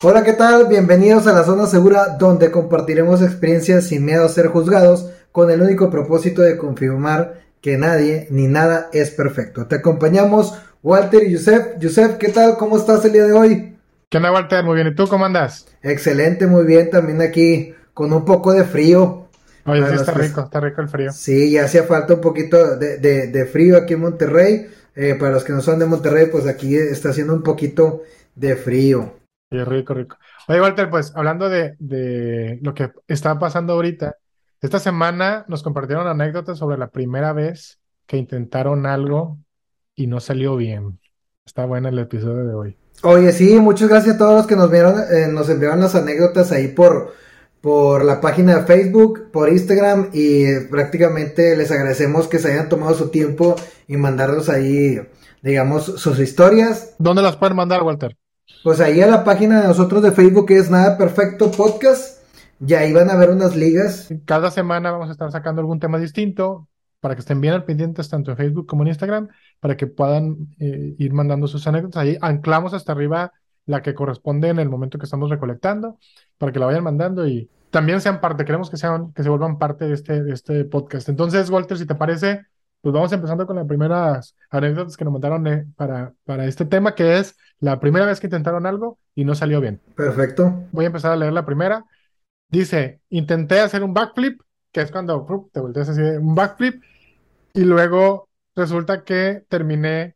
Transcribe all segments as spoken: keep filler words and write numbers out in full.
Hola, ¿qué tal? Bienvenidos a la zona segura donde compartiremos experiencias sin miedo a ser juzgados con el único propósito de confirmar que nadie ni nada es perfecto. Te acompañamos Walter y Yusef. Yusef, ¿qué tal? ¿Cómo estás el día de hoy? ¿Qué onda, Walter? Muy bien. ¿Y tú cómo andas? Excelente, muy bien. También aquí con un poco de frío. Oye, Para sí los está que... rico, está rico el frío. Sí, ya hacía falta un poquito de, de, de frío aquí en Monterrey. Eh, para los que no son de Monterrey, pues aquí está haciendo un poquito de frío. Sí, rico, rico. Oye, Walter, pues hablando de, de lo que está pasando ahorita, esta semana nos compartieron anécdotas sobre la primera vez que intentaron algo y no salió bien. Está bueno el episodio de hoy. Oye, sí, muchas gracias a todos los que nos vieron, eh, nos enviaron las anécdotas ahí por, por la página de Facebook, por Instagram, y eh, prácticamente les agradecemos que se hayan tomado su tiempo y mandarnos ahí, digamos, sus historias. ¿Dónde las pueden mandar, Walter? Pues ahí a la página de nosotros de Facebook, que es Nada Perfecto Podcast, y ahí van a ver unas ligas. Cada semana vamos a estar sacando algún tema distinto para que estén bien al pendientes tanto en Facebook como en Instagram, para que puedan eh, ir mandando sus anécdotas. Ahí anclamos hasta arriba la que corresponde en el momento que estamos recolectando, para que la vayan mandando y también sean parte, queremos que sean, que se vuelvan parte de este, de este podcast. Entonces, Walter, si te parece, pues vamos empezando con las primeras anécdotas que nos mandaron eh, para, para este tema, que es la primera vez que intentaron algo y no salió bien. Perfecto. Voy a empezar a leer la primera. Dice, intenté hacer un backflip, que es cuando ¡prum! Te volteas así de un backflip, y luego resulta que terminé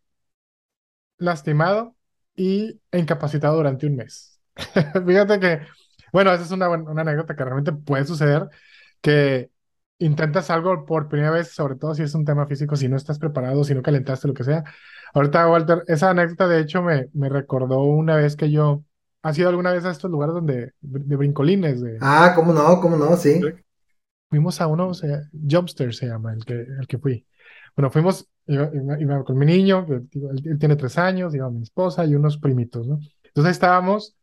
lastimado y incapacitado durante un mes. Fíjate que, bueno, esa es una, buen- una anécdota que realmente puede suceder, que intentas algo por primera vez, sobre todo si es un tema físico, si no estás preparado, si no calentaste, lo que sea. Ahorita, Walter, esa anécdota de hecho me, me recordó una vez que yo, ¿has ido alguna vez a estos lugares donde, de brincolines, de... Ah, cómo no, cómo no, sí. Fuimos a uno, se, Jumpster se llama, el que, el que fui. Bueno, fuimos, iba, iba- iba con mi niño, que digo, él, él tiene tres años, iba mi esposa y unos primitos, ¿no? Entonces ahí estábamos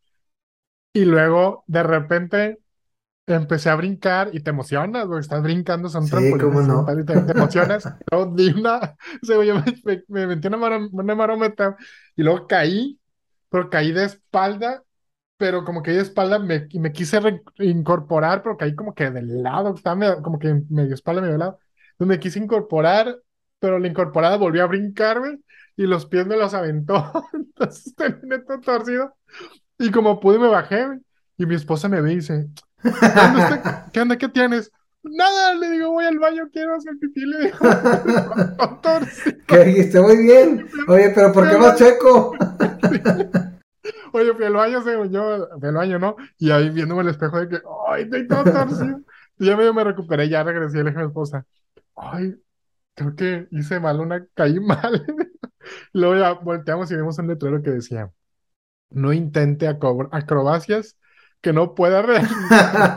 y luego de repente empecé a brincar y te emocionas, güey, estás brincando, son Sí, cómo trampolines, bien no. padre, te, te emocionas. Luego di una, o sea, yo me, me, me metí una, maro- una marometa y luego caí, pero caí de espalda, pero como que de espalda me, y me quise re- incorporar, pero caí como que del lado, estaba medio- como que medio espalda, medio lado. Entonces me quise incorporar, pero la incorporada volvió a brincarme y los pies me los aventó. Entonces terminé todo torcido y como pude me bajé güey, y mi esposa me ve y dice, ¿qué onda usted? ¿Qué onda? ¿Qué tienes? Nada, le digo, voy al baño, quiero hacer pipí, le digo, todo ¿Qué torcido. dijiste? Muy bien. Oye, pero ¿por Fui qué al vas baño. checo? Oye, fui al baño, según yo, fui al baño, ¿no? Y ahí viéndome el espejo de que, ay, estoy todo torcido. Y ya medio me recuperé, ya regresé y le dije a mi esposa, ay, creo que hice mal una, caí mal. Y luego ya volteamos y vimos un letrero que decía, no intente acro- acrobacias que no pueda realizar.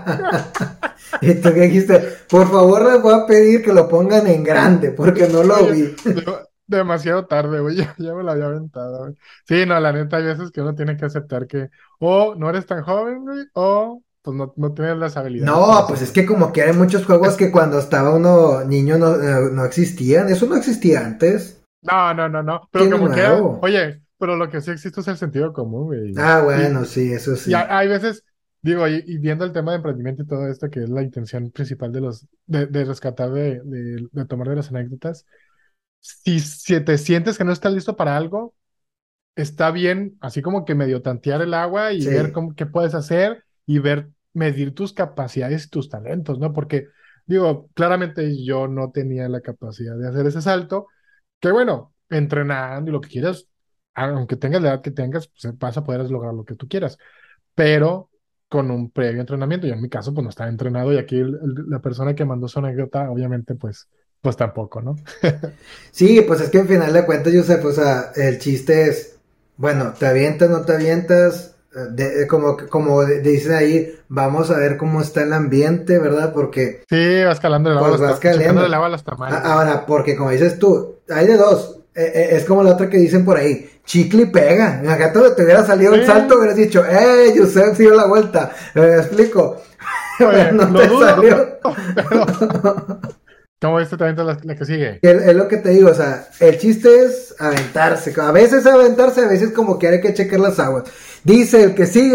¿Y tú qué dijiste? Por favor, les voy a pedir que lo pongan en grande, porque no lo Oye, vi. yo- demasiado tarde, güey, ya, ya me la había aventado, güey. Sí, no, la neta, hay veces que uno tiene que aceptar que o no eres tan joven, güey, o pues no, no tienes las habilidades para No, pues es hacerlo. que como que hay muchos juegos que cuando estaba uno niño no, eh, no existían. Eso no existía antes. No, no, no, no, pero Qué como quiera, nuevo. oye, pero lo que sí existe es el sentido común, güey. Ah, Y, bueno, y, sí, eso y hay, sí. hay veces, digo, y, y viendo el tema de emprendimiento y todo esto, que es la intención principal de los, de, de rescatar, de, de, de tomar de las anécdotas, si, si te sientes que no estás listo para algo, está bien, así como que medio tantear el agua y ver Sí. cómo, qué puedes hacer y ver, medir tus capacidades y tus talentos, ¿no? Porque, digo, claramente yo no tenía la capacidad de hacer ese salto, que bueno, entrenando y lo que quieras, aunque tengas la edad que tengas, pues vas a poder lograr lo que tú quieras, pero con un previo entrenamiento. Yo en mi caso, pues no estaba entrenado y aquí el- el- la persona que mandó su anécdota, obviamente, pues, pues tampoco, ¿no? Sí, pues es que al final de cuentas, Joseph, o sea, el chiste es, bueno, te avientas, no te avientas, eh, de- eh, como, como de- dicen ahí, vamos a ver cómo está el ambiente, ¿verdad? Porque Sí, vas calando el agua a pues los vas tam- echándole el caliendo. agua a los A- tamales. Ahora, porque como dices tú, hay de dos. Eh, eh, es como la otra que dicen por ahí, chicle y pega. Acá te, te hubiera salido un salto, Sí, hubieras dicho, ¡eh, Joseph dio la vuelta! ¿Me explico? Pero oye, no lo te dudo, pero, salió. pero, ¿cómo este talento es la, la que sigue? Es, es lo que te digo, o sea, el chiste es aventarse. A veces aventarse, a veces como que hay que checar las aguas. Dice el que sigue,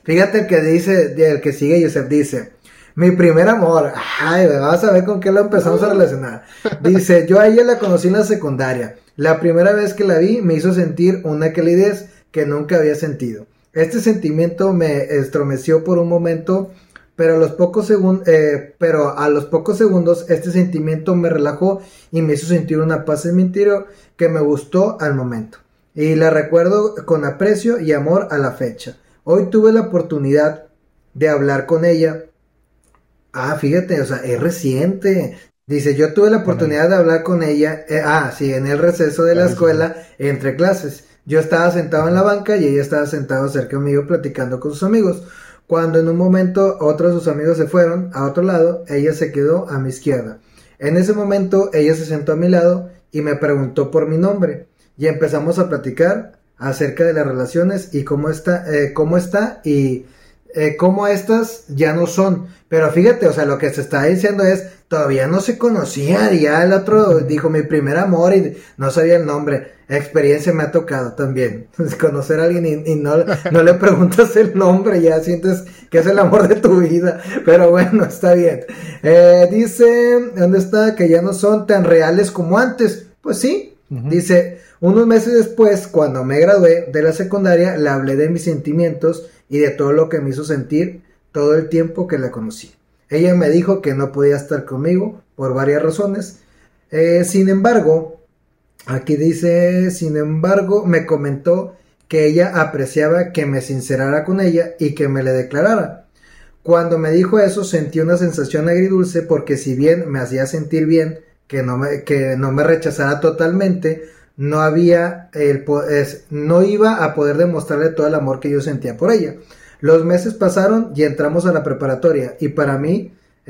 Fíjate el que dice, el que sigue Yusef dice, mi primer amor, ay, vamos a ver con qué lo empezamos a relacionar. Dice, yo a ella la conocí en la secundaria. La primera vez que la vi me hizo sentir una calidez que nunca había sentido. Este sentimiento me estremeció por un momento, pero a los pocos segundos, eh, pero a los pocos segundos este sentimiento me relajó y me hizo sentir una paz en mi interior que me gustó al momento. Y la recuerdo con aprecio y amor a la fecha. Hoy tuve la oportunidad de hablar con ella. Ah, fíjate, o sea, es reciente. Dice, yo tuve la Órale, oportunidad de hablar con ella, eh, ah, sí, en el receso de está la reciente. escuela, entre clases. Yo estaba sentado en la Ujú. banca y ella estaba sentada cerca conmigo platicando con sus amigos. Cuando en un momento otros de sus amigos se fueron a otro lado, ella se quedó a mi izquierda. En ese momento ella se sentó a mi lado y me preguntó por mi nombre. Y empezamos a platicar acerca de las relaciones y cómo está, eh, cómo está y eh, cómo estas ya no son. Pero fíjate, o sea, lo que se está diciendo es, todavía no se conocía, y ya el otro dijo mi primer amor y no sabía el nombre. Experiencia me ha tocado también, conocer a alguien y, y no, no le preguntas el nombre, ya sientes que es el amor de tu vida. Pero bueno, está bien. Eh, dice, ¿dónde está? Que ya no son tan reales como antes. Pues sí, Ujú. dice, unos meses después, cuando me gradué de la secundaria, le hablé de mis sentimientos y de todo lo que me hizo sentir todo el tiempo que la conocí. Ella me dijo que no podía estar conmigo por varias razones. Eh, sin embargo, aquí dice, sin embargo, me comentó que ella apreciaba que me sincerara con ella y que me le declarara. Cuando me dijo eso sentí una sensación agridulce porque si bien me hacía sentir bien que no me, que no me rechazara totalmente, no había el, es, no iba a poder demostrarle todo el amor que yo sentía por ella. Los meses pasaron y entramos a la preparatoria y para mí,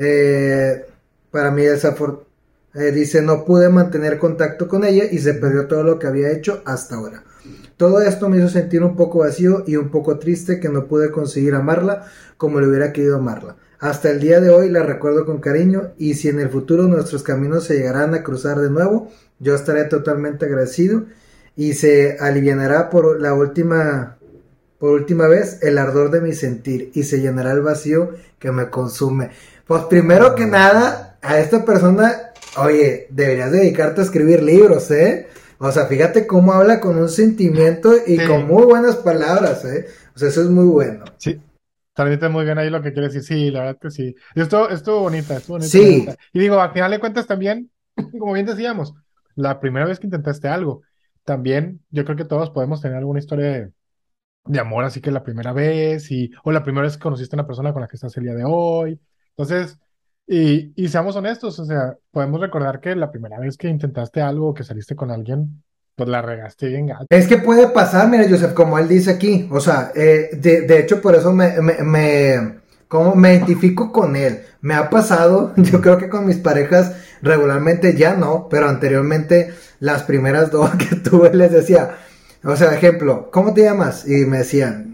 eh, para mí desafor eh, dice, no pude mantener contacto con ella y se Ujú. perdió todo lo que había hecho hasta ahora. Todo esto me hizo sentir un poco vacío y un poco triste que no pude conseguir amarla como le hubiera querido amarla. Hasta el día de hoy la recuerdo con cariño y si en el futuro nuestros caminos se llegarán a cruzar de nuevo, yo estaré totalmente agradecido y se aliviará por la última por última vez el ardor de mi sentir y se llenará el vacío que me consume. Pues primero que Órale. nada, a esta persona, oye, deberías dedicarte a escribir libros, ¿eh? O sea, fíjate cómo habla con un sentimiento y con Sí, muy buenas palabras, ¿eh? O sea, eso es muy bueno. sí, transmite muy bien ahí lo que quiere decir. Sí, la verdad que sí. Y esto, estuvo bonita, estuvo bonita la Sí, neta. Y digo, al final de cuentas también, como bien decíamos, la primera vez que intentaste algo, también yo creo que todos podemos tener alguna historia de, de amor, así que la primera vez, y, o la primera vez que conociste a una persona con la que estás el día de hoy. Entonces, y, y seamos honestos, o sea, podemos recordar que la primera vez que intentaste algo o que saliste con alguien, pues la regaste bien gacho. es que puede pasar, mira, Joseph, como él dice aquí, o sea, eh, de, de, hecho por eso me, me, me, como me identifico con él. Me ha pasado, yo Ujú. creo que con mis parejas regularmente ya no, pero anteriormente las primeras dos que tuve les decía, o sea, ejemplo, ¿cómo te llamas? Y me decían,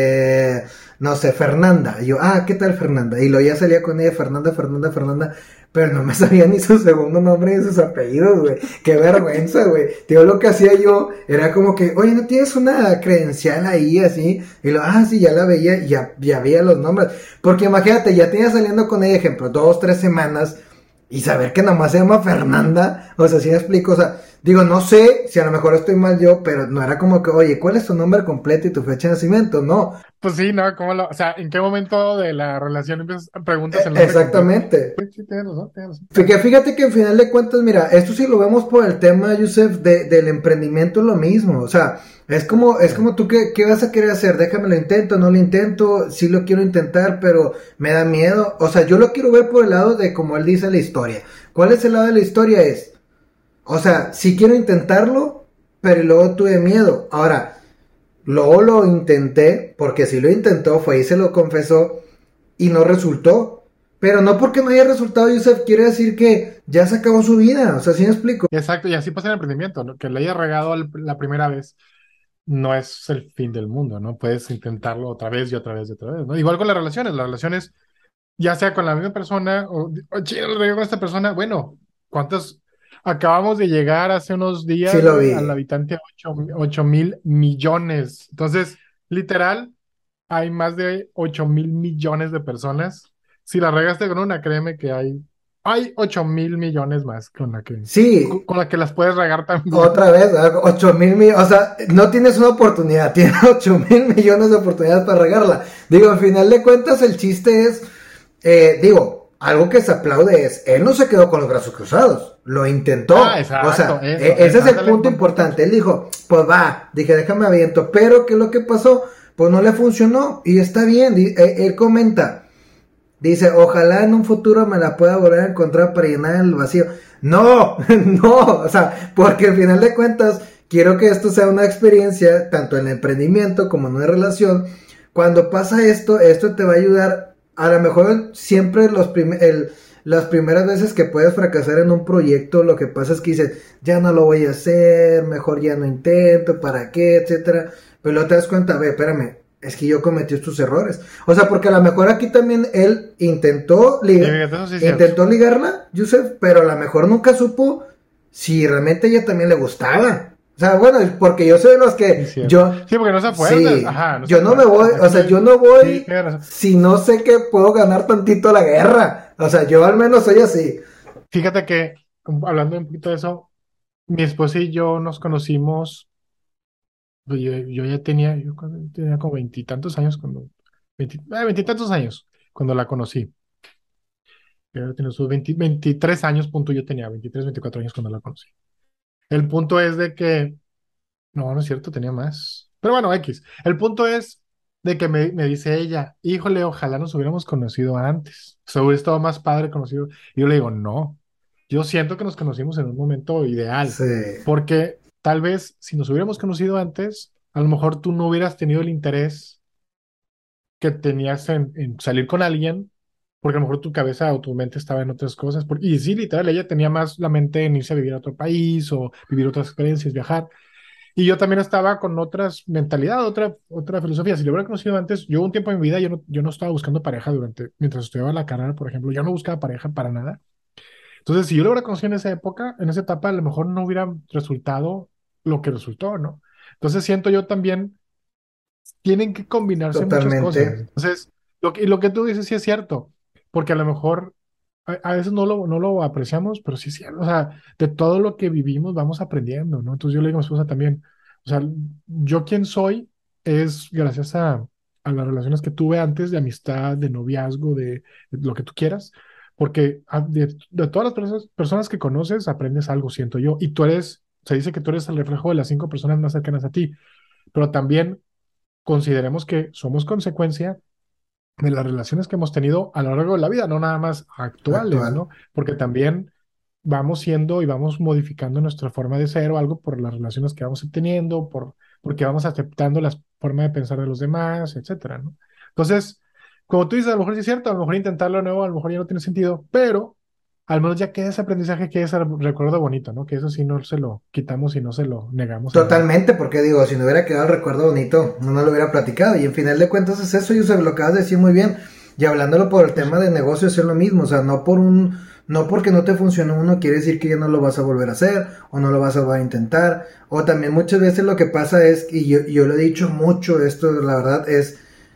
eh, no sé, Fernanda. Y yo, ah, ¿qué tal Fernanda? Y luego ya salía con ella, Fernanda, Fernanda, Fernanda. Pero no me sabía ni su segundo nombre ni sus apellidos, güey. Qué vergüenza, güey. Tío, lo que hacía yo era como que, oye, ¿no tienes una credencial ahí así? Y lo, ah, sí, ya la veía y ya, ya veía los nombres. Porque imagínate, ya tenía saliendo con ella, ejemplo, dos, tres semanas. Y saber que nomás se llama Fernanda, o sea, si me explico, o sea, digo, no sé si a lo mejor estoy mal yo, pero no era como que, oye, ¿cuál es tu nombre completo y tu fecha de nacimiento? No, Pues sí, ¿no? ¿Cómo lo, o sea, ¿en qué momento de la relación empiezas, preguntas e- el nombre completo? exactamente. Pues sí, tienes razón, tienes razón. Fíjate, fíjate que al final de cuentas, mira, esto sí lo vemos por el tema, Yusef, de, del emprendimiento, lo mismo. O sea, es como, es Sí. como tú, ¿qué, ¿qué vas a querer hacer? Déjame lo intento, no lo intento, sí lo quiero intentar, pero me da miedo. O sea, yo lo quiero ver por el lado de como él dice la historia. ¿Cuál es el lado de la historia? Es, o sea, sí quiero intentarlo, pero luego tuve miedo. Ahora, luego lo intenté, porque si lo intentó, fue y se lo confesó, y no resultó. Pero no porque no haya resultado, Yusef, quiere decir que ya se acabó su vida. O sea, ¿sí me explico? Exacto, y así pasa en el emprendimiento, ¿no? Que le haya regado al- la primera vez no es el fin del mundo, ¿no? Puedes intentarlo otra vez y otra vez y otra vez, ¿no? Igual con las relaciones, las relaciones, ya sea con la misma persona o, o chino, le regué con esta persona, bueno, ¿cuántos? Acabamos de llegar hace unos Sí días, lo güey, al vi. habitante ocho, ocho mil millones. Entonces, literal. hay más de ocho mil millones de personas. Si la regaste con una, créeme que hay, hay ocho mil millones más con la que, con, Sí, con la que las puedes regar también. otra vez, ocho mil millones, o sea, no tienes una oportunidad, tienes ocho mil millones de oportunidades para regarla. Digo, al final de cuentas, el chiste es, eh, digo, algo que se aplaude es, él no se quedó con los brazos cruzados, lo Ah, intentó. O exacto, sea, e- eso, ese es esa, el ándale, punto buen punto. importante. Él dijo, pues va, dije, déjame aviento, pero ¿qué es lo que pasó? Pues no le funcionó y está bien. Di- eh, él comenta, dice, ojalá en un futuro me la pueda volver a encontrar para llenar el vacío. No, no, o sea, porque al final de cuentas quiero que esto sea una experiencia, tanto en el emprendimiento como en una relación. Cuando pasa esto, esto te va a ayudar, a lo mejor siempre los prim el, las primeras veces que puedes fracasar en un proyecto, lo que pasa es que dices, ya no lo voy a hacer, mejor ya no intento, ¿para qué? Etcétera. Pero luego te das cuenta, ve, espérame, es que yo cometí estos errores. O sea, porque a lo mejor aquí también él intentó, Y ligar, fíjate, eso sí es cierto. intentó ligarla, Yusef, pero a lo mejor nunca supo si realmente ella también le gustaba. O sea, bueno, porque yo soy de los Sí, que cierto. yo, Sí, porque no se fuerzas. sí, Ajá, no se yo no me fuerzas. voy, o sea, Aquí, yo no sí, voy tienes razón. si no sé que puedo ganar tantito la guerra. O sea, yo al menos soy así. Fíjate que, um, hablando un poquito de eso, mi esposa y yo nos conocimos, pues, yo, yo ya tenía, yo cuando- tenía como veintitantos años cuando, veintitantos años cuando la conocí. Ella tenía sus veinte veintitrés años, punto, yo tenía veintitrés veinticuatro años cuando la conocí. El punto es de que, no, no es cierto, tenía más. Pero bueno, X. El punto es de que me, me dice ella, híjole, ojalá nos hubiéramos conocido antes. Se hubiera estado más padre conocido. Y yo le digo, no, yo siento que nos conocimos en un momento ideal, Sí, porque tal vez si nos hubiéramos conocido antes, a lo mejor tú no hubieras tenido el interés que tenías en, en salir con alguien, porque a lo mejor tu cabeza o tu mente estaba en otras cosas. Por- y sí, literal, ella tenía más la mente en irse a vivir a otro país o vivir otras experiencias, viajar. Y yo también estaba con otras mentalidad, otra, otra filosofía. Si lo hubiera conocido antes, yo un tiempo en mi vida, yo no, yo no estaba buscando pareja durante, mientras estudiaba la carrera, por ejemplo, yo no buscaba pareja para nada. Entonces, si yo lo hubiera conocido en esa época, en esa etapa, a lo mejor no hubiera resultado lo que resultó, ¿no? Entonces, siento yo también tienen que combinarse muchas cosas. totalmente. Entonces, lo que, y lo que tú dices sí es cierto, porque a lo mejor a, a veces no lo, no lo apreciamos, pero sí es cierto. O sea, de todo lo que vivimos vamos aprendiendo, ¿no? Entonces yo le digo a mi esposa también, o sea, yo quien soy es gracias a, a las relaciones que tuve antes de amistad, de noviazgo, de, de lo que tú quieras, porque a- de, de todas las personas, personas que conoces aprendes algo, siento yo, y tú eres, se dice que tú eres el reflejo de las cinco personas más cercanas a ti, pero también consideremos que somos consecuencia de las relaciones que hemos tenido a lo largo de la vida, no nada más actuales, Actual. ¿no? Porque también vamos siendo y vamos modificando nuestra forma de ser o algo por las relaciones que vamos teniendo, por, porque vamos aceptando la forma de pensar de los demás, etcétera, ¿no? Entonces, como tú dices, a lo mejor sí es cierto, a lo mejor intentarlo de nuevo, a lo mejor ya no tiene sentido, pero al menos ya queda ese aprendizaje, queda ese recuerdo bonito, ¿no? Que eso sí no se lo quitamos y no se lo negamos a nadie. Totalmente, porque digo, si no hubiera quedado el recuerdo bonito, no nos lo hubiera platicado. Y en final de cuentas es eso, Yusef, lo acabas de decir muy bien. Y hablándolo por el Pues tema de negocios es lo mismo. O sea, no por un, no porque no te funcionó uno, quiere decir que ya no lo vas a volver a hacer, o no lo vas a volver a intentar. O también muchas veces lo que pasa es, y yo, yo lo he dicho mucho, esto la verdad es,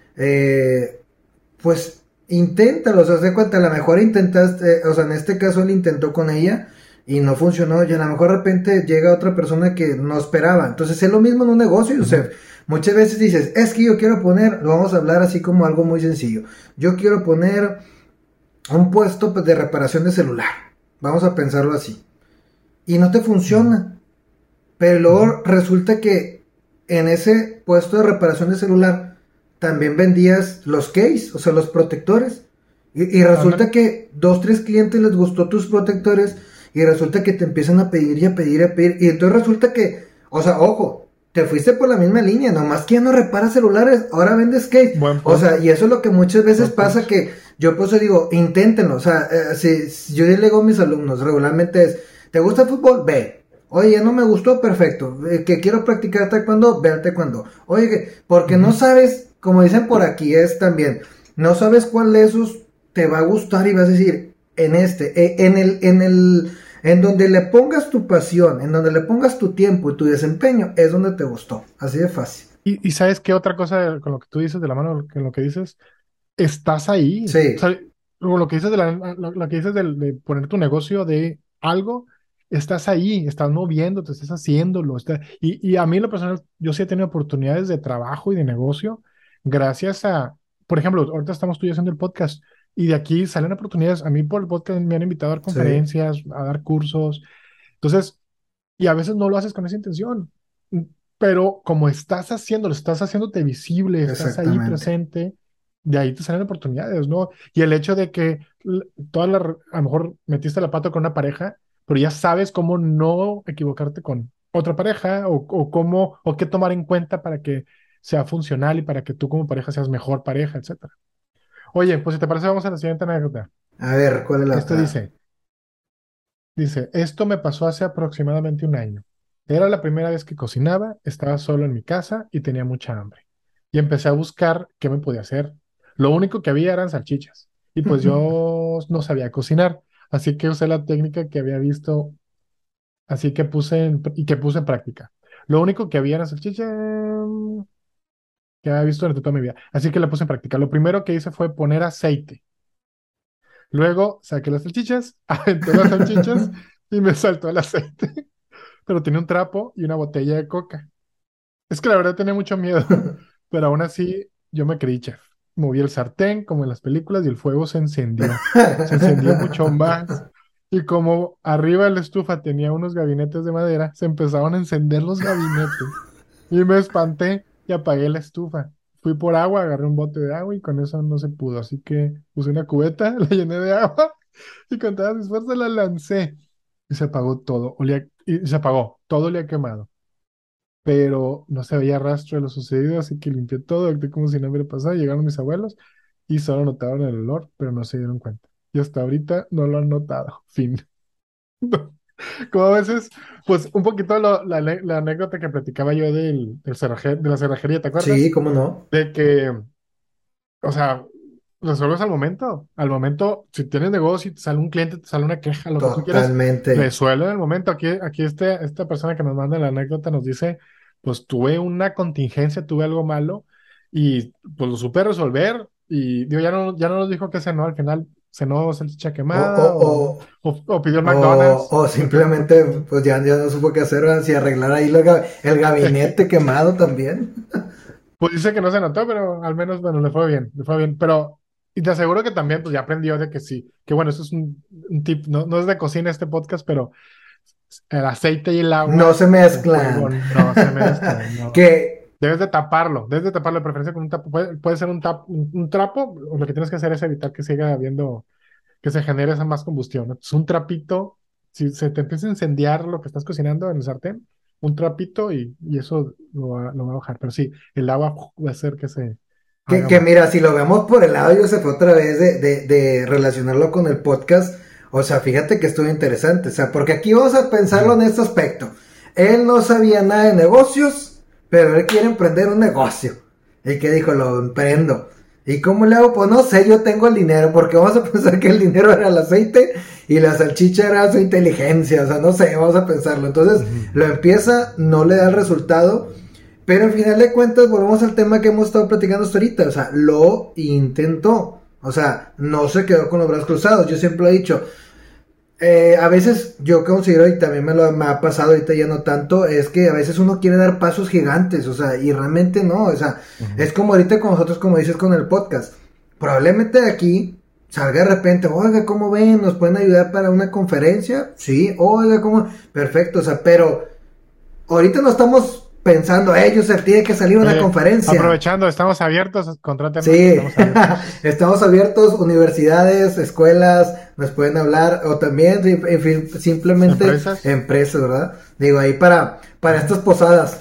eh, pues inténtalo, o sea, haz de cuenta, a lo mejor intentaste, eh, o sea, en este caso él intentó con ella y no funcionó, y a lo mejor de repente llega otra persona que no esperaba. Entonces es lo mismo en un negocio, ujú, Yusef. Muchas veces dices, es que yo quiero poner, lo vamos a hablar así como algo muy sencillo. Yo quiero poner un puesto pues, de reparación de celular. Vamos a pensarlo así. Y no te ujú, funciona. Pero ujú. luego resulta que en ese puesto de reparación de celular también vendías los case, o sea, los protectores. Y, y resulta Ándale. que dos, tres clientes les gustó tus protectores y resulta que te empiezan a pedir y a pedir y a pedir. Y entonces resulta que, o sea, ojo, te fuiste por la misma línea, nomás que ya no reparas celulares, ahora vendes case. Buen O sea, punto, y eso es lo que muchas veces buen pasa punto. que yo pues digo, inténtenlo. O sea, eh, si, si yo le digo a mis alumnos regularmente es, ¿te gusta el fútbol? Ve. Oye, ya no me gustó, perfecto. Eh, que quiero practicar taekwondo, ve al taekwondo. Oye, que, porque no Ujú. sabes, como dicen por aquí, es también, no sabes cuál de esos te va a gustar y vas a decir, en este, eh, en el, en el, en donde le pongas tu pasión, en donde le pongas tu tiempo y tu desempeño, es donde te gustó. Así de fácil. Y, y ¿sabes qué otra cosa con lo que tú dices, de la mano con lo que dices? Estás ahí. O Sí, sea, lo lo que dices de la- lo, lo que dices del- de, poner tu negocio de algo, estás ahí, estás moviéndote, estás haciéndolo. está- y, y a mí, en lo personal, yo sí he tenido oportunidades de trabajo y de negocio gracias a, por ejemplo, ahorita estamos tú y yo haciendo el podcast y de aquí salen oportunidades. A mí por el podcast me han invitado a dar sí, conferencias, a dar cursos. Entonces, y a veces no lo haces con esa intención. Mm, Pero como estás haciéndolo, estás haciéndote visible, estás ahí exactamente. presente, de ahí te salen oportunidades, ¿no? Y el hecho de que l- toda la, re- a lo mejor metiste la pata con una pareja, pero ya sabes cómo no equivocarte con otra pareja o, o cómo o qué tomar en cuenta para que sea funcional y para que tú como pareja seas mejor pareja, etcétera. Oye, pues si te parece, vamos a la siguiente anécdota. A ver, ¿cuál es la Este otra? dice, Dice, esto me pasó hace aproximadamente un año. Era la primera vez que cocinaba, estaba solo en mi casa y tenía mucha hambre. Y empecé a buscar qué me podía hacer. Lo único que había eran salchichas. Y pues yo no sabía cocinar, así que usé la técnica que había visto, así que puse en- y que puse en práctica. Lo único que había eran salchichas mm, que había visto durante toda mi vida. Así que la puse en práctica. Lo primero que hice fue poner aceite. Luego saqué las salchichas, aventé las salchichas y me saltó el aceite. Pero tenía un trapo y una botella de coca. Es que la verdad tenía mucho miedo, pero aún así yo me creí chef. Moví el sartén como en las películas y el fuego se encendió. Se encendió mucho más. Y como arriba de la estufa tenía unos gabinetes de madera, se empezaron a encender los gabinetes. Y me espanté y apagué la estufa. Fui por agua, agarré un bote de agua y con eso no se pudo. Así que puse una cubeta, la llené de agua y con todas mis fuerzas la lancé. Y se apagó todo. Olía, y se apagó. Todo olía quemado, pero no se veía rastro de lo sucedido, así que limpié todo, actué como si no hubiera pasado. Llegaron mis abuelos y solo notaron el olor, pero no se dieron cuenta. Y hasta ahorita no lo han notado. Fin. Como a veces, pues un poquito lo- la, ane- la anécdota que platicaba yo del, del cerraje- de la cerrajería, ¿te Sí, acuerdas? ¿cómo no? De que, o sea, resuelves al momento. Al momento, si tienes negocio y te sale un cliente, te sale una queja, lo que tú quieras, Totalmente. resuelve en el momento. Aquí, aquí este, esta persona que nos manda la anécdota nos dice, pues tuve una contingencia, tuve algo malo y pues lo supe resolver y digo, ya no, ya no nos dijo que cenó, al final cenó salchicha O, o, quemada o, o, o, o pidió el o, McDonald's. o simplemente, pues ya, ya no supo qué hacer, ¿verdad? Si arreglar ahí lo ga- el gabinete quemado también. Pues dice que no se notó, pero al menos, bueno, le fue bien, le fue bien. Pero, y te aseguro que también, pues ya aprendió de que sí, que bueno, eso es un, un tip, no, no es de cocina este podcast, pero el aceite y el No agua se con fuego mezclan. no se mezclan, no. Que, Debes de taparlo, debes de taparlo de preferencia con un tapo. Puede, puede ser un, tap, un, un trapo, o lo que tienes que hacer es evitar que siga habiendo, que se genere esa más combustión, ¿no? Es un trapito, si se te empieza a incendiar lo que estás cocinando en el sartén, un trapito y, y eso lo va, lo va a bajar. Pero sí, el agua uf, va a hacer que se que, haga que más. mira, si lo vemos por el lado, yo se fue otra vez de, de, de relacionarlo con el podcast. O sea, fíjate que estuvo interesante. O sea, porque aquí vamos a pensarlo Ujú. en este aspecto. Él no sabía nada de negocios, pero él quiere emprender un negocio. Y que dijo, lo emprendo. ¿Y cómo le hago? Pues no sé, yo tengo el dinero, porque vamos a pensar que el dinero era el aceite y la salchicha era su inteligencia, o sea, no sé, vamos a pensarlo. Entonces Ujú. lo empieza, no le da el resultado, pero al final de cuentas volvemos al tema que hemos estado platicando hasta ahorita, o sea, lo intentó, o sea, no se quedó con los brazos cruzados, yo siempre lo he dicho, eh, a veces yo considero, y también me lo me ha pasado ahorita ya no tanto, es que a veces uno quiere dar pasos gigantes, o sea, y realmente no, o sea, Ujú. es como ahorita con nosotros, como dices con el podcast, probablemente de aquí salga de repente, oiga, ¿cómo ven? ¿Nos pueden ayudar para una conferencia? Sí, oiga, ¿cómo? Perfecto, o sea, pero ahorita no estamos pensando, ellos se tiene que salir a una Oye, conferencia. aprovechando, estamos abiertos, contrátenos, Sí, estamos abiertos. estamos abiertos, universidades, escuelas, nos pueden hablar, o también, si- en fin, simplemente Empresas. empresas, ¿verdad? Digo, ahí para, para estas posadas.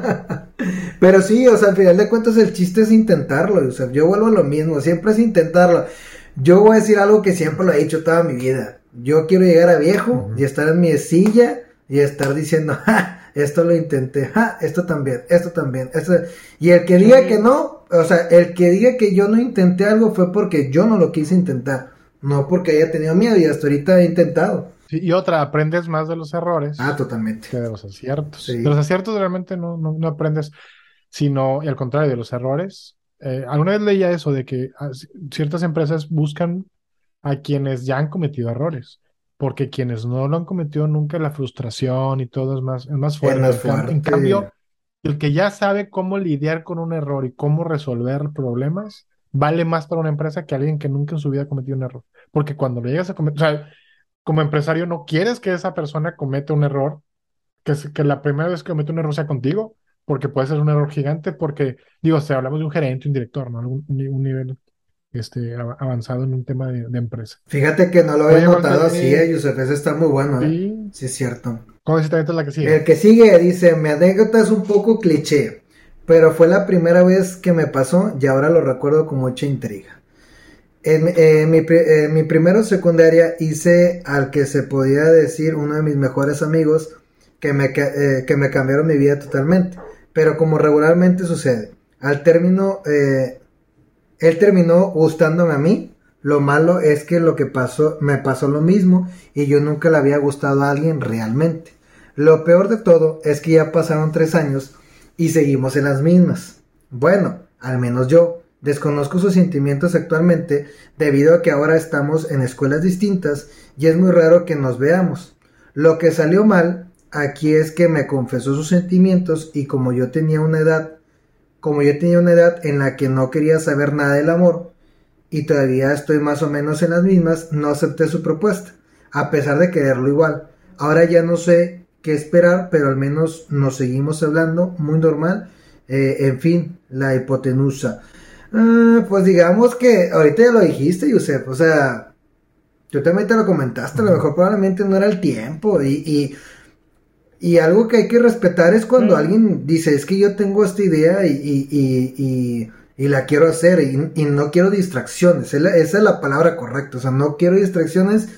Pero sí, o sea, al final de cuentas el chiste es intentarlo, o sea, yo vuelvo a lo mismo, siempre es intentarlo. Yo voy a decir algo que siempre lo he dicho toda mi vida. Yo quiero llegar a viejo y Ujú. estar en mi silla y estar diciendo, ja, esto lo intenté, ja, esto también, esto también, esto. Y el que diga que Sí. no, o sea, el que diga que yo no intenté algo fue porque yo no lo quise intentar, no porque haya tenido miedo y hasta ahorita he intentado. Sí, y otra, aprendes más de los Ah, errores totalmente. que de los aciertos. De los Sí. aciertos realmente no, no, no aprendes. sino, y al contrario, de los errores. Eh, alguna vez leía eso de que ah, c- ciertas empresas buscan a quienes ya han cometido errores, porque quienes no lo han cometido nunca, la frustración y todo es más, es más Es fuerte. más En, cam- en fuerte. cambio, el que ya sabe cómo lidiar con un error y cómo resolver problemas, vale más para una empresa que alguien que nunca en su vida ha cometido un error. Porque cuando lo llegas a cometer, o sea, como empresario no quieres que esa persona cometa un error, que, se- que la primera vez que comete un error sea contigo, porque puede ser un error gigante, porque, digo, si hablamos de un gerente, un director, ¿no? Algún- un, un nivel este, av- avanzado en un tema de, de empresa. Fíjate que no lo había Oye, notado Walter, así, eh, eh, Yusef, ese está muy bueno, ¿eh? sí, Sí, es cierto. ¿cómo decís también la que sigue? El que sigue dice, mi anécdota es un poco cliché, pero fue la primera vez que me pasó y ahora lo recuerdo con mucha intriga. En, en mi, pri- en mi primero secundaria hice al que se podía decir uno de mis mejores amigos que me, ca- eh, que me cambiaron mi vida totalmente. Pero como regularmente sucede, al término, eh, él terminó gustándome a mí. Lo malo es que lo que pasó, me pasó lo mismo y yo nunca le había gustado a alguien realmente. Lo peor de todo es que ya pasaron tres años y seguimos en las mismas. Bueno, al menos yo. Desconozco sus sentimientos actualmente debido a que ahora estamos en escuelas distintas y es muy raro que nos veamos. Lo que salió mal aquí es que me confesó sus sentimientos y como yo tenía una edad, como yo tenía una edad en la que no quería saber nada del amor y todavía estoy más o menos en las mismas, no acepté su propuesta, a pesar de quererlo igual. Ahora ya no sé qué esperar, pero al menos nos seguimos hablando muy normal. Eh, en fin, la hipotenusa. Ah, pues digamos que ahorita ya lo dijiste, Yusef. O sea, tú también te lo comentaste. A lo Ujú. mejor probablemente no era el tiempo. Y, y, y algo que hay que respetar es cuando Sí. alguien dice, es que yo tengo esta idea y, y, y, y, y la quiero hacer y, y no quiero distracciones. Esa es, la, esa es la palabra correcta. O sea, no quiero distracciones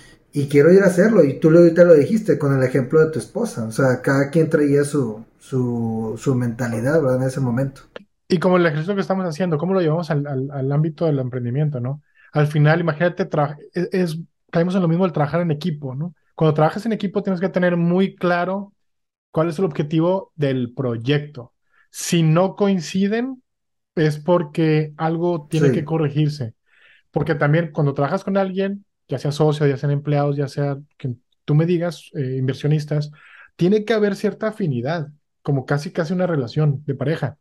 y quiero ir a hacerlo. Y tú lo- ahorita lo dijiste con el ejemplo de tu esposa. O sea, cada quien traía su, su, su mentalidad, ¿verdad? En ese momento. Y como el ejercicio que estamos haciendo, ¿cómo lo llevamos al, al- al ámbito del emprendimiento, ¿no? Al final, imagínate, tra- es, es- caemos en lo mismo del trabajar en equipo, ¿no? Cuando trabajas en equipo tienes que tener muy claro cuál es el objetivo del proyecto. Si no coinciden, es porque algo tiene que Sí, corregirse. Porque también cuando trabajas con alguien, ya sea socio, ya sean empleados, ya sea que tú me digas, eh, inversionistas, tiene que haber cierta afinidad, como casi casi una relación de pareja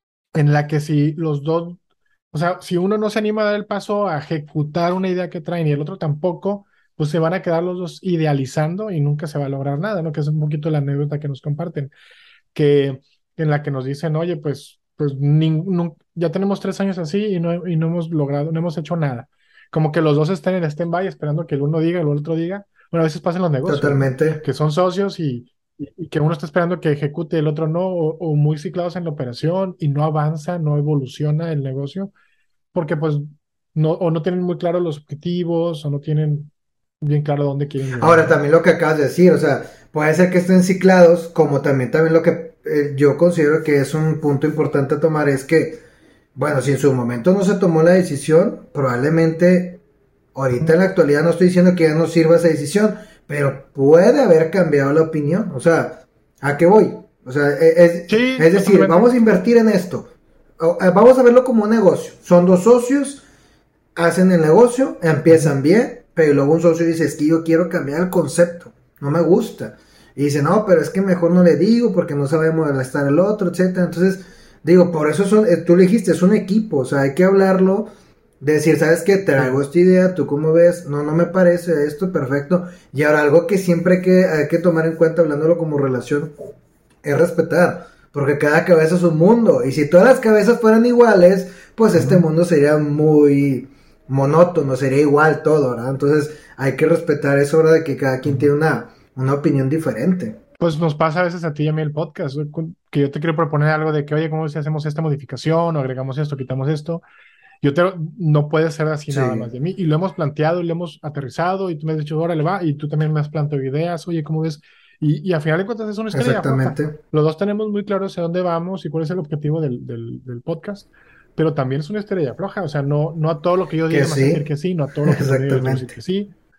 en la que si los dos, o sea, si uno no se anima a dar el paso a ejecutar una idea que traen y el otro tampoco, pues se van a quedar los dos idealizando y nunca se va a lograr nada, ¿no? Que es un poquito la anécdota que nos comparten, que en la que nos dicen, oye, pues, pues nin- nun- ya tenemos tres años así y no, y no hemos logrado, no hemos hecho nada. Como que los dos están en stand-by esperando que el uno diga y el otro diga. Bueno, a veces pasa en los negocios, ¿no? totalmente. Que son socios y, y- y que uno está esperando que ejecute y el otro no, o, o muy ciclados en la operación y no avanza, no evoluciona el negocio, porque pues no, o no tienen muy claros los objetivos, o no tienen bien claro dónde quieren llegar, Ahora, ¿no? también lo que acabas de decir, o sea, puede ser que estén ciclados, como también, también lo que eh, yo considero que es un punto importante a tomar es que, bueno, si en su momento no se tomó la decisión, probablemente ahorita Ujú. en la actualidad no estoy diciendo que ya no sirva esa decisión, pero puede haber cambiado la opinión, o sea, ¿a qué voy? O sea, e- es, Sí, es decir, totalmente. vamos a invertir en esto, o, eh, vamos a verlo como un negocio, son dos socios, hacen el negocio, Ujú. empiezan bien, pero luego un socio dice, es que yo quiero cambiar el concepto, no me gusta. Y dice, no, pero es que mejor no le digo porque no sabemos estar el otro, etcétera. Entonces, digo, por eso son, eh, tú le dijiste, es un equipo, o sea, hay que hablarlo, decir, ¿sabes qué? Traigo Sí. esta idea, ¿tú cómo ves? No, no me parece esto, perfecto. Y ahora, algo que siempre hay que, hay que tomar en cuenta, hablándolo como relación, es respetar, porque cada cabeza es un mundo, y si todas las cabezas fueran iguales, pues este Ujú. mundo sería muy monótono, sería igual todo, ¿verdad? Entonces hay que respetar eso, ¿verdad? De que cada quien Ujú. tiene una, una opinión diferente. Pues nos pasa a veces a ti y a mí el podcast, ¿no? Con- que yo te quiero proponer algo de que, oye, ¿cómo si hacemos esta modificación o agregamos esto, quitamos esto? Yo te, no puede ser así nada Sí, más de mí. Y lo hemos planteado y lo hemos aterrizado y tú me has dicho, órale, va, y tú también me has planteado ideas, oye, ¿cómo ves? Y, y al final de cuentas es una estrella floja. exactamente. Los dos tenemos muy claro hacia dónde vamos y cuál es el objetivo del, del, del podcast, pero también es una estrella floja. O sea, no, no a todo lo que yo Que diga me vas a decir sí, que sí, no a todo lo que tú me digas yo te voy a decir exactamente. que sí.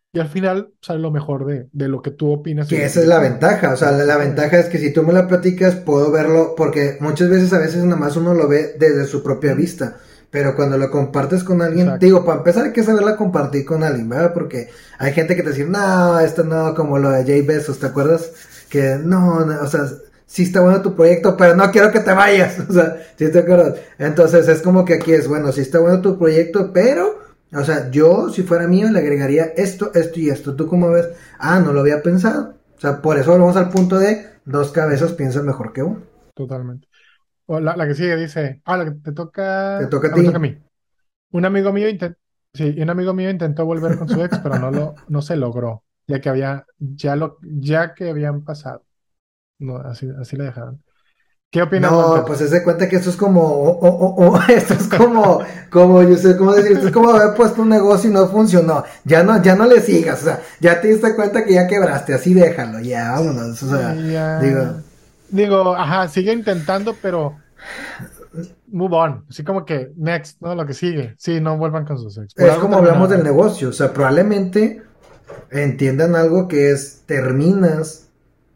y al final sale lo mejor de, de lo que tú opinas y de Que lo que esa es yo la opino. ventaja, o sea, la, la Exactamente. ventaja es que si tú me la platicas, puedo verlo, porque muchas veces, a veces nada más uno lo ve desde su propia Ujú. vista, pero cuando lo compartes con alguien, Exacto. digo, para empezar hay que saberla compartir con alguien, ¿verdad? Porque hay gente que te dice, no, esto no, como lo de Jay Bezos, ¿te acuerdas? Que no, no, o sea, sí está bueno tu proyecto, pero no quiero que te vayas, o sea, ¿sí te acuerdas? Entonces es como que aquí es, bueno, sí está bueno tu proyecto, pero, o sea, yo, si fuera mío, le agregaría esto, esto y esto. ¿Tú cómo ves? Ah, no lo había pensado. O sea, por eso volvemos al punto de dos cabezas piensan mejor que uno. Totalmente. O la, la que sigue dice, ah, la que te Te toca, toca a ah, me toca a ti. mí. Un amigo mío inten- sí, un amigo mío intentó volver con su ex, pero no lo, no se logró, ya que había, ya lo, ya que habían pasado. No, así, así le dejaron. ¿Qué opinas, No, Walter? pues se cuenta que esto es como, o- o- o- esto es como, como, yo sé cómo decir, esto es como haber puesto un negocio y no funcionó. Ya no, ya no le sigas, o sea, ya te diste cuenta que ya quebraste, así déjalo, ya, vámonos, o sea, Sí, digo, ya. Digo, ajá, sigue intentando, pero move on. Así como que next, ¿no? Lo que sigue. Sí, no vuelvan con sus ex. Por es algo como hablamos del terminaron. negocio, o sea, probablemente entiendan algo que es, terminas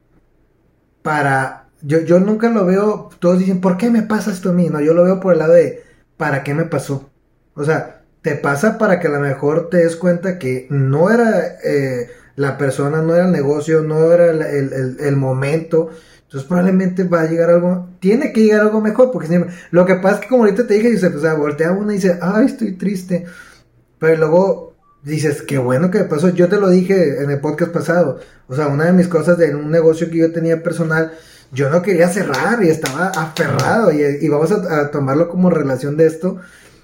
para... Yo, yo nunca lo veo, todos dicen, ¿por qué me pasa esto a mí? No, yo lo veo por el lado de, ¿para qué me pasó? O sea, te pasa para que a lo mejor te des cuenta que no era eh, la persona, no era el negocio, no era el, el, el, el momento. Entonces probablemente va a llegar algo, tiene que llegar algo mejor, porque si, lo que pasa es que como ahorita te dije, dice, pues, o sea, voltea uno y dice, ay, estoy triste. Pero luego dices, qué bueno que me pasó. Yo te lo dije en el podcast pasado. O sea, una de mis cosas de un negocio que yo tenía personal, yo no quería cerrar y estaba aferrado. Y, y vamos a, a, tomarlo como relación de esto.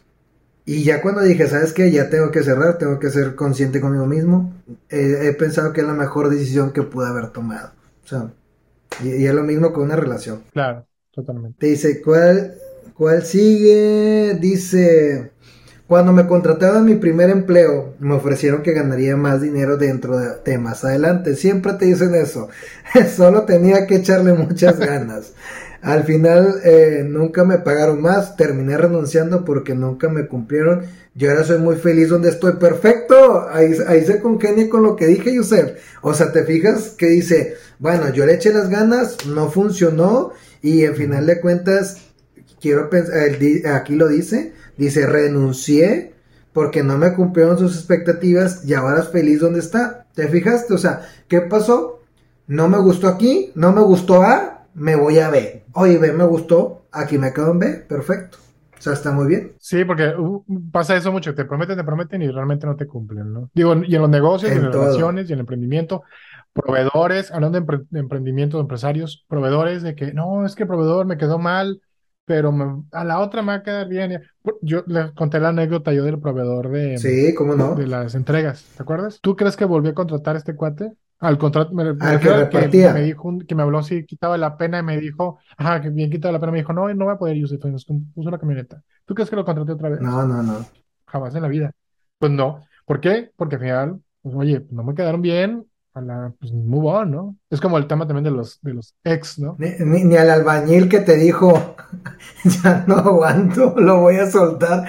Y ya cuando dije, ¿sabes qué? Ya tengo que cerrar, tengo que ser consciente conmigo mismo. Eh, he pensado que es la mejor decisión que pude haber tomado. O sea, y, y es lo mismo con una relación. Claro, totalmente. Te dice, ¿cuál, cuál sigue? Dice, cuando me contrataron en mi primer empleo, me ofrecieron que ganaría más dinero dentro de, de más adelante. Siempre te dicen eso. Solo tenía que echarle muchas ganas. Al final eh, nunca me pagaron más, terminé renunciando porque nunca me cumplieron. Yo ahora soy muy feliz donde estoy. Perfecto, ahí, ahí se congenia con lo que dije, Yusef. O sea, te fijas que dice, bueno, yo le eché las ganas, no funcionó y al final Ujú. de cuentas, quiero pensar, aquí lo dice, dice, renuncié porque no me cumplieron sus expectativas y ahora es feliz donde está. ¿Te fijaste? O sea, ¿qué pasó? No me gustó aquí, no me gustó A, me voy a B. Oye, B me gustó, aquí me quedo en B, perfecto. O sea, está muy bien. Sí, porque uh, pasa eso mucho. Te prometen, te prometen y realmente no te cumplen, ¿no? Digo, y en los negocios, y en En las todo. relaciones, y en el emprendimiento, proveedores, hablando de, empre- de emprendimiento, de empresarios, proveedores de que, no, es que el proveedor me quedó mal, pero me- a la otra me va a quedar bien. Y- Yo le conté la anécdota yo del proveedor de, Sí, ¿cómo no? de las entregas, ¿te acuerdas? ¿Tú crees que volvió a contratar a este cuate? Al contrato, me, me Al que refiero al que me repartía. dijo, un- que me habló si quitaba la pena y me dijo, ajá, que bien quitaba la pena, me dijo, no, no va a poder, Yusef, nos puso una camioneta. ¿Tú crees que lo contraté otra vez? No, no, no. Jamás en la vida. Pues no. ¿Por qué? Porque al final, pues, oye, pues, no me quedaron bien, a la, pues move on, ¿no? Es como el tema también de los, de los ex, ¿no? Ni, ni, ni al albañil que te dijo, ya no aguanto, lo voy a soltar.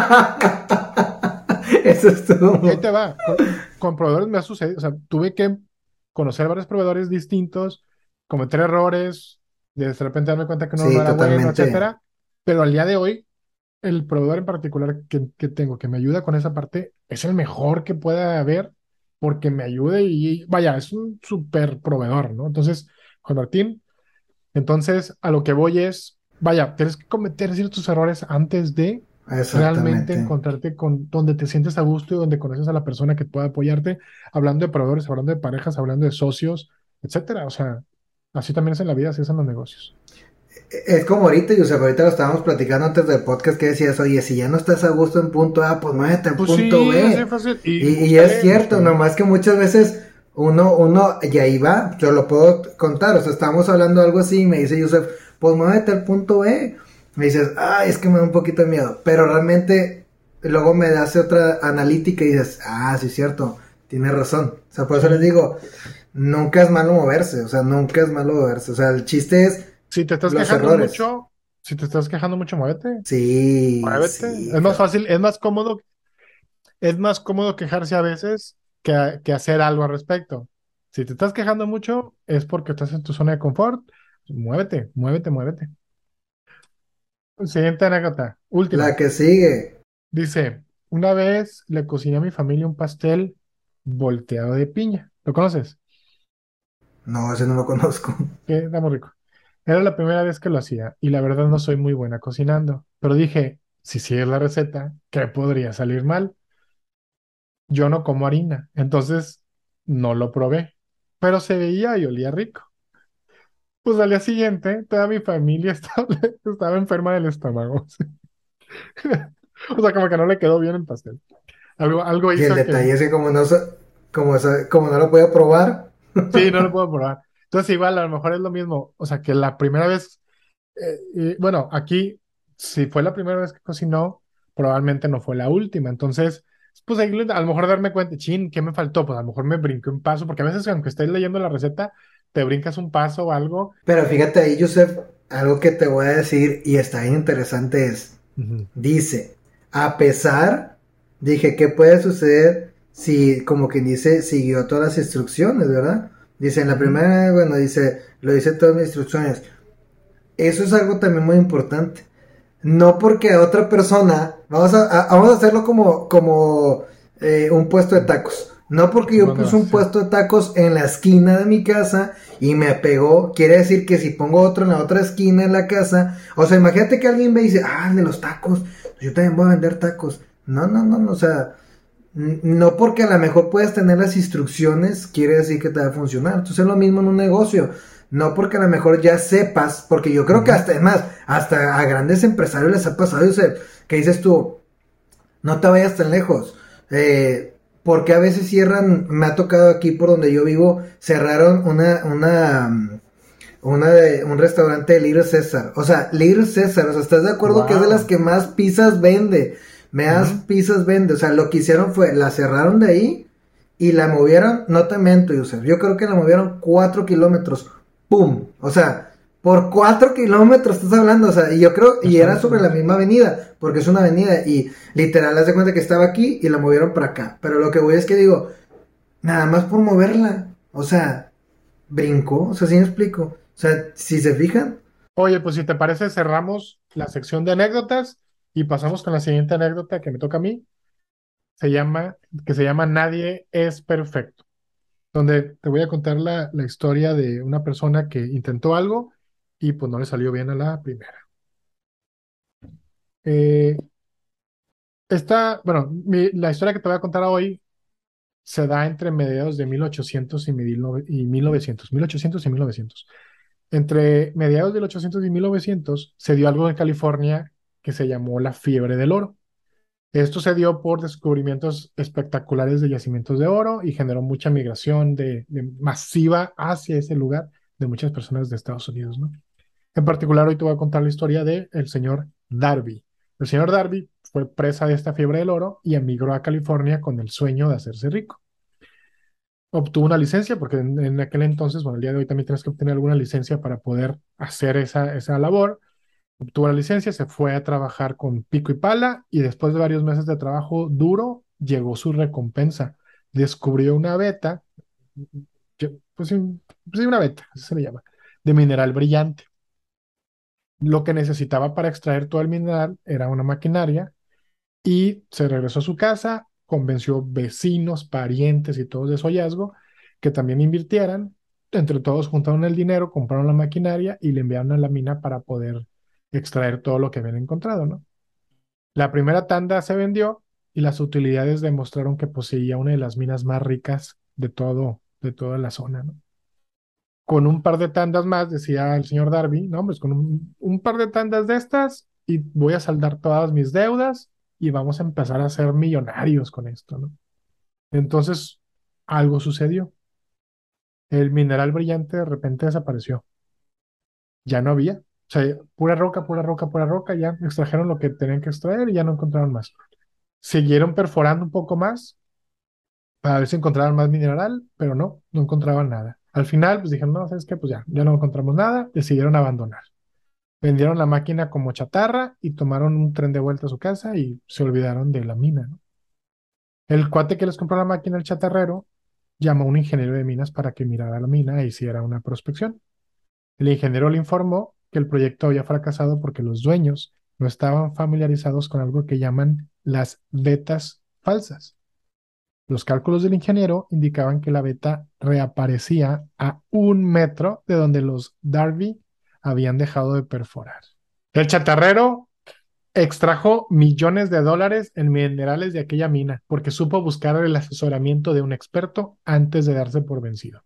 Eso Y ahí estuvo. te va. Con, con proveedores me ha sucedido, o sea, tuve que conocer varios proveedores distintos, cometer errores, de repente darme cuenta que uno no Sí, era bueno, totalmente. etcétera. Pero al día de hoy, el proveedor en particular que, que tengo, que me ayuda con esa parte, es el mejor que pueda haber, porque me ayude y, vaya, es un súper proveedor, ¿no? Entonces, Juan Martín, entonces a lo que voy es, vaya, tienes que cometer ciertos errores antes de realmente Exactamente. encontrarte con donde te sientes a gusto y donde conoces a la persona que pueda apoyarte, hablando de proveedores, hablando de parejas, hablando de socios, etcétera. O sea, así también es en la vida, así es en los negocios. Es como ahorita, y o sea, ahorita lo estábamos platicando antes del podcast que decías, oye, si ya no estás a gusto en punto A, pues muévete en Pues punto sí, así B. de fácil. Y Y, y es búscale, cierto, búscale. nomás que muchas veces uno, uno, y ahí va, yo lo puedo contar, o sea, estábamos hablando algo así y me dice Yusef, pues muévete al punto B. Me dices, ay, es que me da un poquito de miedo, pero realmente luego me hace otra analítica y dices, ah, sí es cierto, tienes razón. O sea, por eso les Sí. digo, nunca es malo moverse, o sea, nunca es malo moverse, o sea, el chiste es Si te estás los quejando errores. mucho, si te estás quejando mucho, muévete, Sí, muévete. sí, Es más cabrón. fácil, es más cómodo, es más cómodo quejarse a veces que, que hacer algo al respecto. Si te estás quejando mucho, es porque estás en tu zona de confort. Muévete, muévete, muévete. Siguiente anécdota, La última. que sigue. Dice, una vez le cociné a mi familia un pastel volteado de piña. ¿Lo conoces? No, ese no lo conozco. Que está muy rico. Era la primera vez que lo hacía y la verdad no soy muy buena cocinando. Pero dije, si sigues la receta, ¿qué podría salir mal? Yo no como harina, entonces no lo probé. Pero se veía y olía rico. Pues al día siguiente, toda mi familia estaba, estaba enferma del estómago. O sea, como que no le quedó bien el pastel. Algo, algo Y el hizo que... detalle es que como no, sa- como, sa- como no lo podía probar, Sí, no lo puedo probar. Entonces igual, a lo mejor es lo mismo. O sea, que la primera vez... eh, eh, bueno, aquí, si fue la primera vez que cocinó, probablemente no fue la última. Entonces, pues ahí a lo mejor darme cuenta, chin, ¿qué me faltó? Pues a lo mejor me brinqué un paso, porque a veces aunque estés leyendo la receta, te brincas un paso o algo. pero fíjate ahí, Joseph, algo que te voy a decir y está bien interesante es, Ujú, dice, a pesar, dije, ¿qué puede suceder si, como quien dice, siguió todas las instrucciones, ¿verdad? Dice, en la ujú. primera, bueno, dice, lo dice todas mis instrucciones. Eso es algo también muy importante. No porque a otra persona, vamos a, a- vamos a hacerlo como, como eh, un puesto de tacos. No porque yo ¿Dónde puse vas? un Sí. puesto de tacos en la esquina de mi casa y me pegó, quiere decir que si pongo otro en la otra esquina de la casa, o sea, imagínate que alguien ve y dice, ah, el de los tacos, yo también voy a vender tacos. No, no, no, no, o sea, n- no porque a lo mejor puedes tener las instrucciones, quiere decir que te va a funcionar. Entonces es lo mismo en un negocio. No porque a lo mejor ya sepas, porque yo creo que Ujú. hasta, es más, hasta a grandes empresarios les ha pasado, dice, que dices tú, no te vayas tan lejos. Eh, porque a veces cierran, me ha tocado aquí por donde yo vivo, cerraron una, una, mm, una de, un restaurante de Little César. O sea, Little César, o sea, ¿estás de acuerdo que es de las Wow. que más pizzas vende? Más Ujú. pizzas vende. O sea, lo que hicieron fue, la cerraron de ahí y la movieron, no te miento, Yusef, yo creo que la movieron cuatro kilómetros. ¡Pum! O sea, por cuatro kilómetros estás hablando, o sea, y yo creo, y era Bastante, sobre la ¿no? misma avenida, porque es una avenida, y literal, haz de cuenta que estaba aquí y la movieron para acá. Pero lo que voy es que digo, nada más por moverla, o sea, brincó, o sea, ¿sí me explico? O sea, si se fijan, Oye, pues si te parece, cerramos la sección de anécdotas y pasamos con la siguiente anécdota que me toca a mí. Se llama, que se llama Nadie es perfecto, donde te voy a contar la, la historia de una persona que intentó algo y pues no le salió bien a la primera. Eh, esta, bueno, mi- la historia que te voy a contar hoy se da entre mediados de mil ochocientos y, mil nove- y mil novecientos, mil ochocientos y mil novecientos. Entre mediados del ochocientos y mil novecientos se dio algo en California que se llamó la fiebre del oro. Esto se dio por descubrimientos espectaculares de yacimientos de oro y generó mucha migración de, de masiva hacia ese lugar de muchas personas de Estados Unidos, ¿no? En particular, hoy te voy a contar la historia del señor Darby. El señor Darby fue presa de esta fiebre del oro y emigró a California con el sueño de hacerse rico. Obtuvo una licencia, porque en, en aquel entonces, bueno, el día de hoy también tienes que obtener alguna licencia para poder hacer esa, esa labor. Obtuvo la licencia, se fue a trabajar con pico y pala y después de varios meses de trabajo duro, llegó su recompensa. Descubrió una beta, que- pues, sí, pues sí, una beta, así se le llama, de mineral brillante. Lo que necesitaba para extraer todo el mineral era una maquinaria y se regresó a su casa, convenció vecinos, parientes y todos de su hallazgo que también invirtieran. Entre todos juntaron el dinero, compraron la maquinaria y le enviaron a la mina para poder extraer todo lo que habían encontrado, ¿no? La primera tanda se vendió y las utilidades demostraron que poseía una de las minas más ricas de todo, de toda la zona, ¿no? Con un par de tandas más, decía el señor Darby, no, pues con un, un par de tandas de estas y voy a saldar todas mis deudas y vamos a empezar a ser millonarios con esto, ¿no? Entonces, algo sucedió. El mineral brillante de repente desapareció. Ya no había. O sea, pura roca, pura roca, pura roca, ya extrajeron lo que tenían que extraer y ya no encontraron más. Siguieron perforando un poco más para ver si encontraban más mineral, pero no, no encontraban nada. Al final, pues dijeron, no, ¿sabes qué? Pues ya, ya no encontramos nada, decidieron abandonar. Vendieron la máquina como chatarra y tomaron un tren de vuelta a su casa y se olvidaron de la mina, ¿no? El cuate que les compró la máquina, el chatarrero, llamó a un ingeniero de minas para que mirara la mina e hiciera una prospección. El ingeniero le informó que el proyecto había fracasado porque los dueños no estaban familiarizados con algo que llaman las vetas falsas. Los cálculos del ingeniero indicaban que la veta reaparecía a un metro de donde los Darby habían dejado de perforar. El chatarrero extrajo millones de dólares en minerales de aquella mina porque supo buscar el asesoramiento de un experto antes de darse por vencido.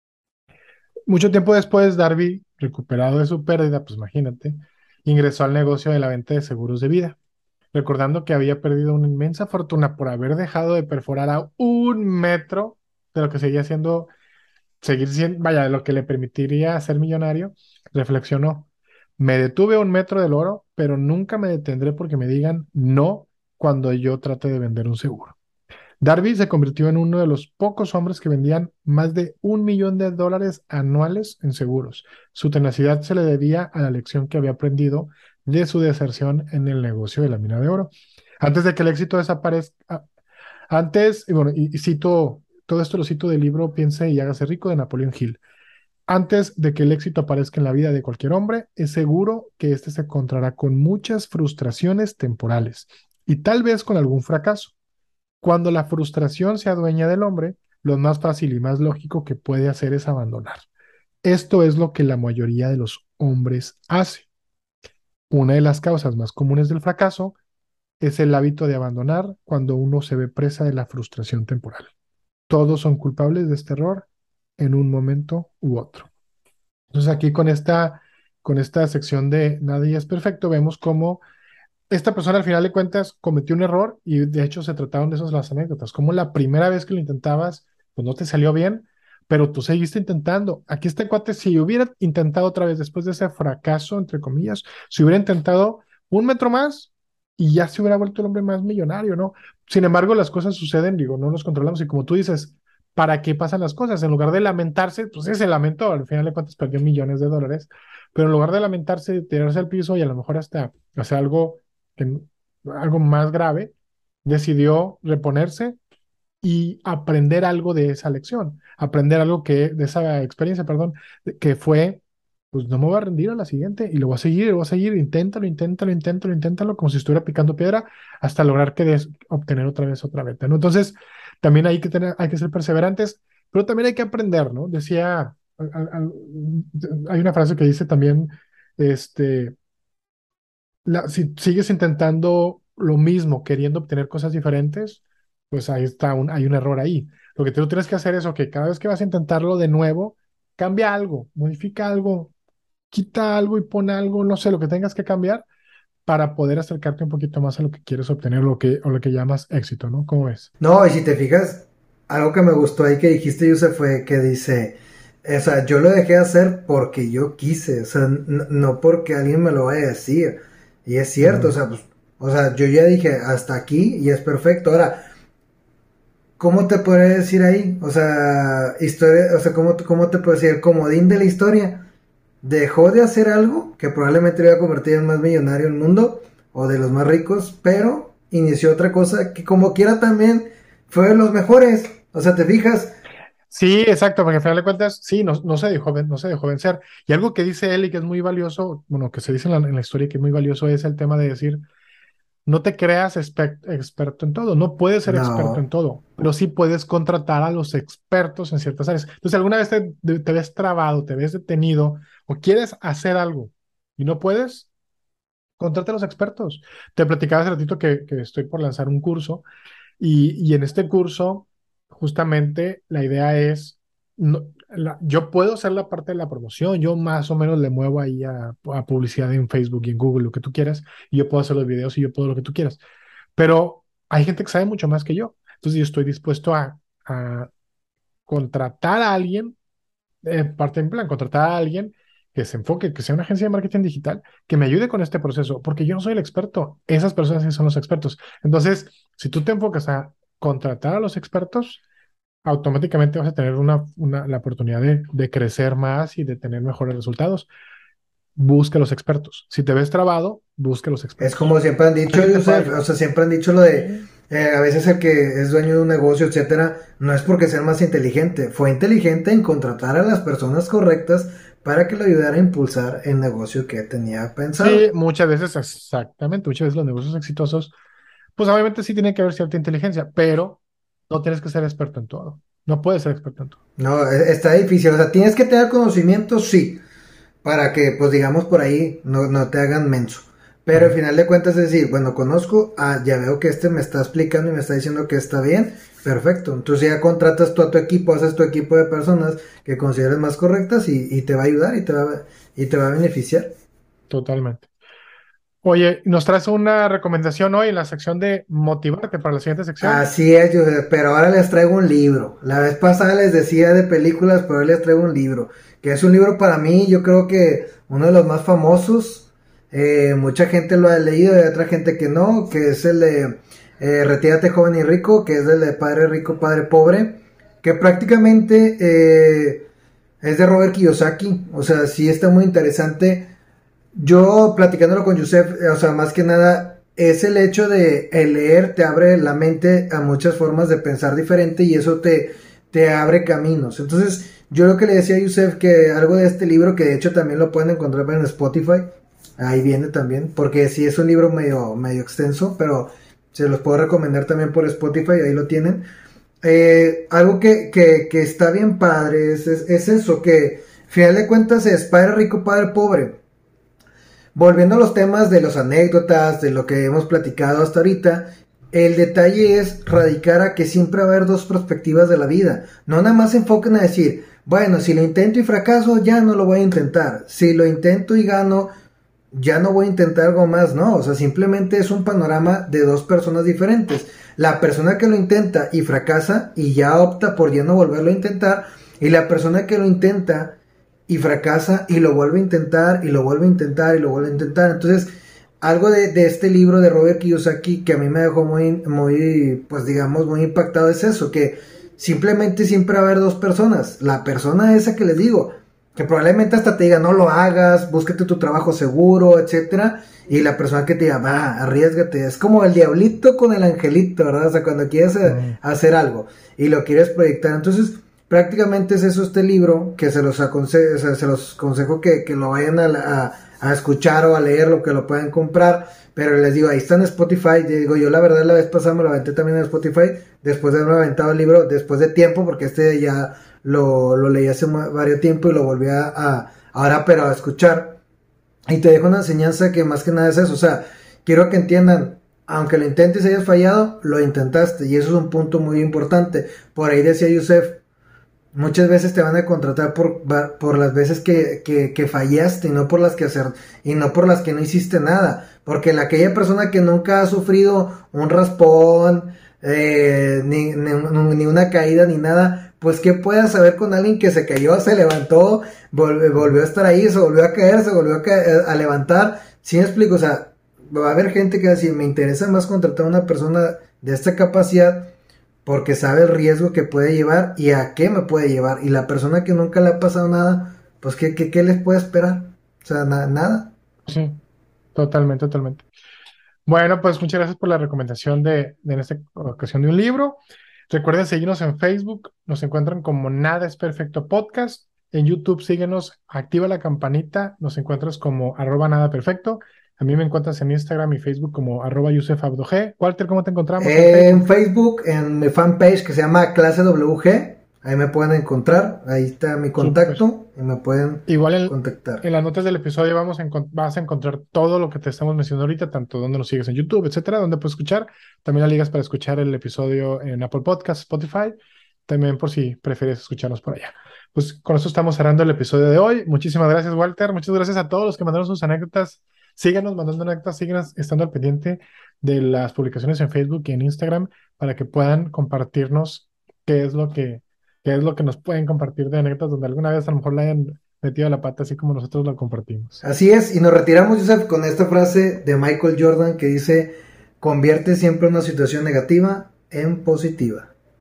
Mucho tiempo después, Darby, recuperado de su pérdida, pues imagínate, ingresó al negocio de la venta de seguros de vida, recordando que había perdido una inmensa fortuna por haber dejado de perforar a un metro de lo que seguía siendo, seguir siendo, vaya, de lo que le permitiría ser millonario. Reflexionó: me detuve a un metro del oro, pero nunca me detendré porque me digan no cuando yo trate de vender un seguro. Darby se convirtió en uno de los pocos hombres que vendían más de un millón de dólares anuales en seguros. Su tenacidad se le debía a la lección que había aprendido de su deserción en el negocio de la mina de oro. Antes de que el éxito desaparezca, antes, y bueno, y, y cito, todo esto lo cito del libro Piense y hágase rico de Napoleón Hill. Antes de que el éxito aparezca en la vida de cualquier hombre, es seguro que éste se encontrará con muchas frustraciones temporales y tal vez con algún fracaso. Cuando la frustración se adueña del hombre, lo más fácil y más lógico que puede hacer es abandonar. Esto es lo que la mayoría de los hombres hace. Una de las causas más comunes del fracaso es el hábito de abandonar cuando uno se ve presa de la frustración temporal. Todos son culpables de este error en un momento u otro. Entonces aquí con esta, con esta sección de Nadie es perfecto, vemos cómo esta persona al final de cuentas cometió un error y de hecho se trataron de esas las anécdotas, como la primera vez que lo intentabas, pues no te salió bien, pero tú seguiste intentando. Aquí este cuate, si hubiera intentado otra vez después de ese fracaso, entre comillas, si hubiera intentado un metro más y ya se hubiera vuelto el hombre más millonario, ¿no? Sin embargo, las cosas suceden, digo, no nos controlamos y como tú dices, ¿para qué pasan las cosas? En lugar de lamentarse, pues ese lamento, al final de cuentas perdió millones de dólares, pero en lugar de lamentarse, tirarse al piso y a lo mejor hasta hacer algo que, algo más grave, decidió reponerse y aprender algo de esa lección, aprender algo que, de esa experiencia, perdón, que fue, pues no me voy a rendir a la siguiente y lo voy a seguir, lo voy a seguir, inténtalo, inténtalo, inténtalo, inténtalo, como si estuviera picando piedra hasta lograr que des, obtener otra vez otra vez, ¿no? Entonces, también hay que tener, hay que ser perseverantes, pero también hay que aprender, ¿no? Decía, a, a, hay una frase que dice también, este, la- si sigues intentando lo mismo, queriendo obtener cosas diferentes, pues ahí está un, hay un error ahí. Lo que tú tienes que hacer es, ok, cada vez que vas a intentarlo de nuevo, cambia algo, modifica algo, quita algo y pon algo, no sé, lo que tengas que cambiar para poder acercarte un poquito más a lo que quieres obtener, lo que, o lo que llamas éxito, ¿no? ¿Cómo ves? No, y si te fijas, algo que me gustó ahí que dijiste, Yusef, fue que dice, o sea, yo lo dejé hacer porque yo quise, o sea, n- no porque alguien me lo vaya a decir. Y es cierto, o Ujú. sea, pues, o sea, yo ya dije hasta aquí y es perfecto. Ahora, ¿cómo te podría decir ahí? O sea, historia, o sea, ¿cómo, cómo te puedo decir? El comodín de la historia. Dejó de hacer algo que probablemente lo iba a convertir en más millonario del mundo o de los más ricos, pero inició otra cosa que como quiera también fue de los mejores. O sea, te fijas. Sí, exacto, porque al final de cuentas, sí, no, no se dejó, ven- no se dejó vencer. Y algo que dice él y que es muy valioso, bueno, que se dice en la, en la historia que es muy valioso, es el tema de decir, no te creas espe- experto en todo, no puedes ser experto en No, todo, pero sí puedes contratar a los expertos en ciertas áreas. Entonces, alguna vez te, te- te ves trabado, te ves detenido o quieres hacer algo y no puedes, contrata a los expertos. Te platicaba hace ratito que, que estoy por lanzar un curso y, y en este curso, justamente, la idea es, no- la- yo puedo hacer la parte de la promoción, yo más o menos le muevo ahí a, a publicidad en Facebook y en Google, lo que tú quieras, y yo puedo hacer los videos y yo puedo lo que tú quieras. Pero hay gente que sabe mucho más que yo. Entonces yo estoy dispuesto a, a contratar a alguien, eh, parte en plan, contratar a alguien que se enfoque, que sea una agencia de marketing digital, que me ayude con este proceso, porque yo no soy el experto, esas personas sí son los expertos. Entonces, si tú te enfocas a contratar a los expertos, automáticamente vas a tener una, una- la oportunidad de, de crecer más y de tener mejores resultados. Busca a los expertos. Si te ves trabado, busca a los es expertos. como siempre han dicho, Alguien te puede Yusef, o ayudar. sea, siempre han dicho lo de Sí. Eh, a veces el que es dueño de un negocio, etcétera, no es porque sea más inteligente, fue inteligente en contratar a las personas correctas para que lo ayudara a impulsar el negocio que tenía Sí, pensado. muchas veces, exactamente, muchas veces los negocios exitosos, pues obviamente sí tiene que haber cierta inteligencia, pero no tienes que ser experto en todo. No puedes ser experto en todo. No, e- está difícil, o sea, tienes que tener conocimiento, sí, para que, pues digamos, por ahí no, no te hagan menso. Pero al Ajá, final de cuentas es decir, bueno, conozco, ah, ya veo que este me está explicando y me está diciendo que está bien, perfecto. Entonces ya contratas tú a tu equipo, haces tu equipo de personas que consideres más correctas y, y te va a ayudar y te va, y te va a beneficiar. totalmente. Oye, nos traes una recomendación hoy en la sección de motivarte para la siguiente sección. Así es, Joseph, pero ahora les traigo un libro. La vez pasada les decía de películas, pero hoy les traigo un libro, que es un libro para mí, yo creo que uno de los más famosos. Eh, mucha gente lo ha leído y hay otra gente que no, que es el de eh, Retírate joven y rico, que es el de Padre rico, Padre pobre, que prácticamente eh, es de Robert Kiyosaki. O sea, sí está muy interesante. Yo platicándolo con Yusef, eh, o sea, más que nada es el hecho de el leer te abre la mente a muchas formas de pensar diferente y eso te, te abre caminos. Entonces, yo lo que le decía a Yusef que algo de este libro, que de hecho también lo pueden encontrar en Spotify, ahí viene también, porque sí es un libro medio, medio extenso, pero se los puedo recomendar también por Spotify, ahí lo tienen. Eh, algo que, que, que está bien padre es, es, es eso, que al final de cuentas es padre rico, padre pobre. Volviendo a los temas de las anécdotas, de lo que hemos platicado hasta ahorita, el detalle es radicar a que siempre va a haber dos perspectivas de la vida. No nada más se enfoquen a decir, bueno, si lo intento y fracaso, ya no lo voy a intentar. Si lo intento y gano, ya no voy a intentar algo más, no. O sea, simplemente es un panorama de dos personas diferentes. La persona que lo intenta y fracasa y ya opta por ya no volverlo a intentar, y la persona que lo intenta y fracasa y lo vuelve a intentar y lo vuelve a intentar y lo vuelve a intentar. Entonces, algo de, de este libro de Robert Kiyosaki que a mí me dejó muy, muy, pues digamos, muy impactado es eso, que simplemente siempre va a haber dos personas. La persona esa que les digo, que probablemente hasta te diga no lo hagas, búsquete tu trabajo seguro, etcétera, y la persona que te diga va, arriesgate. Es como el diablito con el angelito, ¿verdad? O sea, cuando quieres eh, Mm, hacer algo y lo quieres proyectar. Entonces, prácticamente es eso este libro, que se los, aconse o sea, se los aconsejo que, que lo vayan a, a, a, escuchar o a leerlo, que lo puedan comprar, pero les digo, ahí está en Spotify. Digo, yo la verdad la vez pasada me lo aventé también en Spotify, después de haberme aventado el libro, después de tiempo, porque este ya lo, lo leí hace varios tiempo y lo volví a, a ahora pero a escuchar. Y te dejo una enseñanza que más que nada es eso, o sea, quiero que entiendan, aunque lo intentes y hayas fallado, lo intentaste, y eso es un punto muy importante. Por ahí decía Yusef, muchas veces te van a contratar por, por las veces que, que, que fallaste y no por las que hacer, y no por las que no hiciste nada. Porque la, aquella persona que nunca ha sufrido un raspón, eh, ni, ni, ni una caída, ni nada, pues qué puedas saber con alguien que se cayó, se levantó, volvió, volvió a estar ahí, se volvió a caer, se volvió a, caer, a levantar. ¿Sí me explico? O sea, va a haber gente que va a decir, me interesa más contratar a una persona de esta capacidad porque sabe el riesgo que puede llevar y a qué me puede llevar. Y la persona que nunca le ha pasado nada, pues ¿qué, qué, qué les puede esperar? O sea, na nada. sí, totalmente, totalmente. Bueno, pues muchas gracias por la recomendación de, de en esta ocasión de un libro. Recuerden seguirnos en Facebook, nos encuentran como Nada es Perfecto Podcast. En YouTube síguenos, activa la campanita, nos encuentras como arroba nada perfecto. A mí me encuentras en Instagram y Facebook como arroba Yusef Abdo G. Walter, ¿cómo te encontramos en Facebook? En Facebook, en mi fanpage que se llama Clase W G, ahí me pueden encontrar, ahí está mi Súper. contacto y me pueden Igual en, contactar. en las notas del episodio vamos a encon- vas a encontrar todo lo que te estamos mencionando ahorita, tanto donde nos sigues en YouTube, etcétera, donde puedes escuchar. También las ligas para escuchar el episodio en Apple Podcast, Spotify, también por si prefieres escucharnos por allá. Pues con esto estamos cerrando el episodio de hoy. Muchísimas gracias, Walter. Muchas gracias a todos los que mandaron sus anécdotas. Síganos mandando anécdotas, síganos estando al pendiente de las publicaciones en Facebook y en Instagram para que puedan compartirnos qué es lo que, qué es lo que nos pueden compartir de anécdotas donde alguna vez a lo mejor la hayan metido la pata así como nosotros la compartimos. Así es, y nos retiramos, Joseph, con esta frase de Michael Jordan que dice, convierte siempre una situación negativa en positiva.